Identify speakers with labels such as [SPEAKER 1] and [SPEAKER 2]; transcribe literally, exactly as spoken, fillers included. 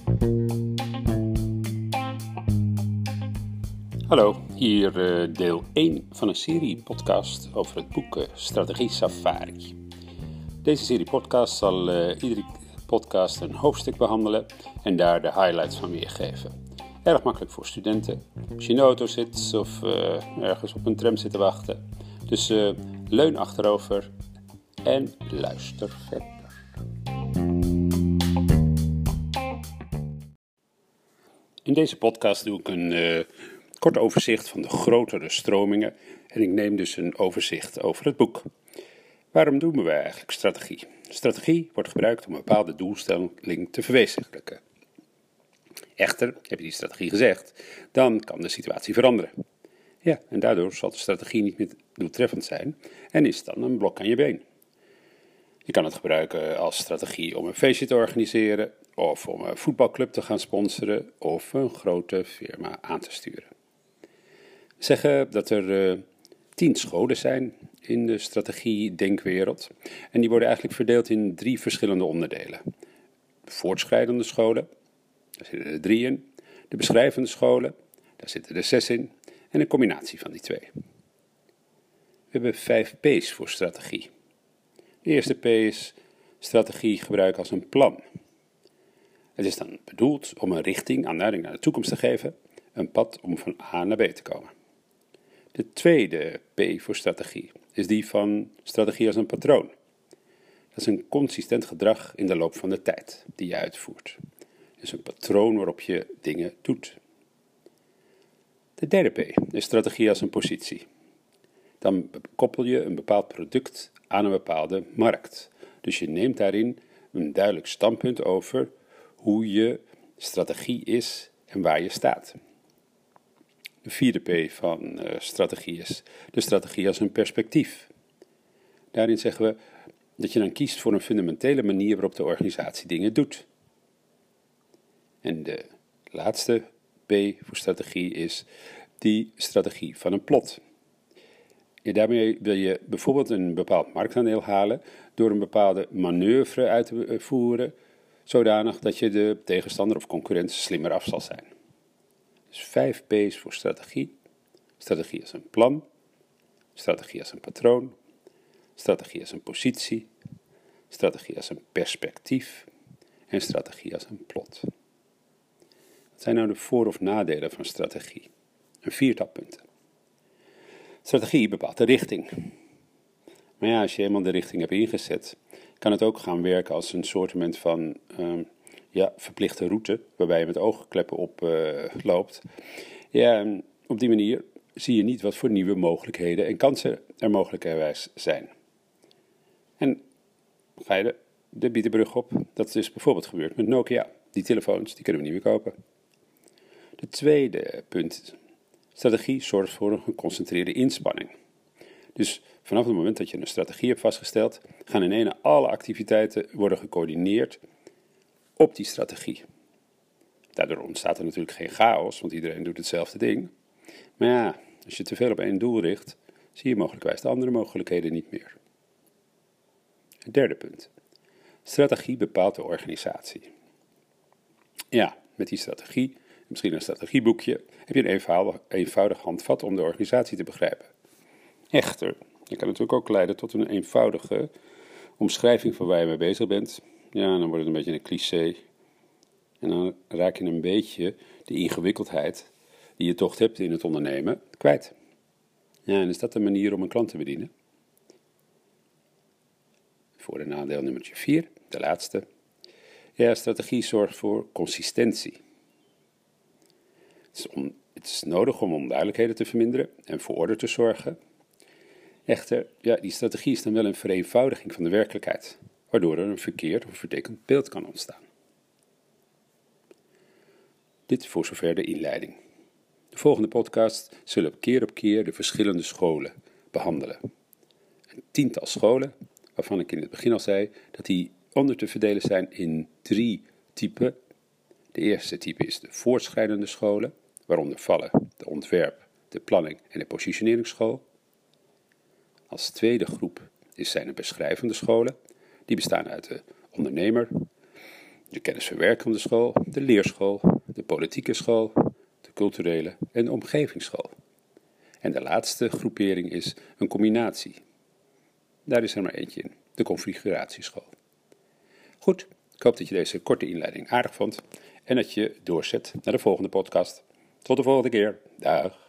[SPEAKER 1] Hallo, hier uh, deel één van een serie podcast over het boek uh, Strategie Safari. Deze serie podcast zal uh, iedere podcast een hoofdstuk behandelen en daar de highlights van weergeven. Erg makkelijk voor studenten, als je in de auto zit of uh, ergens op een tram zit te wachten. Dus uh, leun achterover en luister verder. In deze podcast doe ik een uh, kort overzicht van de grotere stromingen en ik neem dus een overzicht over het boek. Waarom doen we eigenlijk strategie? Strategie wordt gebruikt om een bepaalde doelstelling te verwezenlijken. Echter, heb je die strategie gezegd, dan kan de situatie veranderen. Ja, en daardoor zal de strategie niet meer doeltreffend zijn en is dan een blok aan je been. Je kan het gebruiken als strategie om een feestje te organiseren, of om een voetbalclub te gaan sponsoren, of een grote firma aan te sturen. We zeggen dat er uh, tien scholen zijn in de strategie-denkwereld. En die worden eigenlijk verdeeld in drie verschillende onderdelen. De voortschrijdende scholen, daar zitten er drie in. De beschrijvende scholen, daar zitten er zes in. En een combinatie van die twee. We hebben vijf P's voor strategie. De eerste P is strategie gebruiken als een plan. Het is dan bedoeld om een richting, aanduiding naar de toekomst te geven, een pad om van A naar B te komen. De tweede P voor strategie is die van strategie als een patroon. Dat is een consistent gedrag in de loop van de tijd die je uitvoert. Dus een patroon waarop je dingen doet. De derde P is strategie als een positie. Dan koppel je een bepaald product aan een bepaalde markt. Dus je neemt daarin een duidelijk standpunt over hoe je strategie is en waar je staat. De vierde P van uh, strategie is de strategie als een perspectief. Daarin zeggen we dat je dan kiest voor een fundamentele manier waarop de organisatie dingen doet. En de laatste P voor strategie is die strategie van een plot. Ja, daarmee wil je bijvoorbeeld een bepaald marktaandeel halen door een bepaalde manoeuvre uit te voeren, zodanig dat je de tegenstander of concurrent slimmer af zal zijn. Dus vijf P's voor strategie. Strategie als een plan, strategie als een patroon, strategie als een positie, strategie als een perspectief en strategie als een plot. Wat zijn nou de voor- of nadelen van strategie? Een viertal punten. Strategie bepaalt de richting. Maar ja, als je eenmaal de richting hebt ingezet, kan het ook gaan werken als een soortement van uh, ja, verplichte route, waarbij je met oogkleppen op uh, loopt. Ja, en op die manier zie je niet wat voor nieuwe mogelijkheden en kansen er mogelijkerwijs zijn. En ga je de, de bietenbrug op, dat is bijvoorbeeld gebeurd met Nokia. Die telefoons, die kunnen we niet meer kopen. De tweede punt. Strategie zorgt voor een geconcentreerde inspanning. Dus vanaf het moment dat je een strategie hebt vastgesteld, gaan in ene alle activiteiten worden gecoördineerd op die strategie. Daardoor ontstaat er natuurlijk geen chaos, want iedereen doet hetzelfde ding. Maar ja, als je te veel op één doel richt, zie je mogelijkwijs de andere mogelijkheden niet meer. Het derde punt. Strategie bepaalt de organisatie. Ja, met die strategie, misschien een strategieboekje, heb je een eenvoudig, eenvoudig handvat om de organisatie te begrijpen. Echter, je kan natuurlijk ook leiden tot een eenvoudige omschrijving van waar je mee bezig bent. Ja, dan wordt het een beetje een cliché. En dan raak je een beetje de ingewikkeldheid die je toch hebt in het ondernemen kwijt. Ja, en is dat de manier om een klant te bedienen? Voor- en nadeel nummertje vier, de laatste. Ja, strategie zorgt voor consistentie. Het is, on, het is nodig om onduidelijkheden te verminderen en voor orde te zorgen. Echter, ja, die strategie is dan wel een vereenvoudiging van de werkelijkheid, waardoor er een verkeerd of vertekend beeld kan ontstaan. Dit voor zover de inleiding. De volgende podcast zullen op keer op keer de verschillende scholen behandelen. Een tiental scholen, waarvan ik in het begin al zei dat die onder te verdelen zijn in drie typen. De eerste type is de voortschrijdende scholen, waaronder vallen de ontwerp, de planning en de positioneringsschool. Als tweede groep zijn de beschrijvende scholen, die bestaan uit de ondernemer, de kennisverwerkende school, de leerschool, de politieke school, de culturele en de omgevingsschool. En de laatste groepering is een combinatie. Daar is er maar eentje in, de configuratieschool. Goed, ik hoop dat je deze korte inleiding aardig vond en dat je doorzet naar de volgende podcast. Tot de volgende keer. Dag.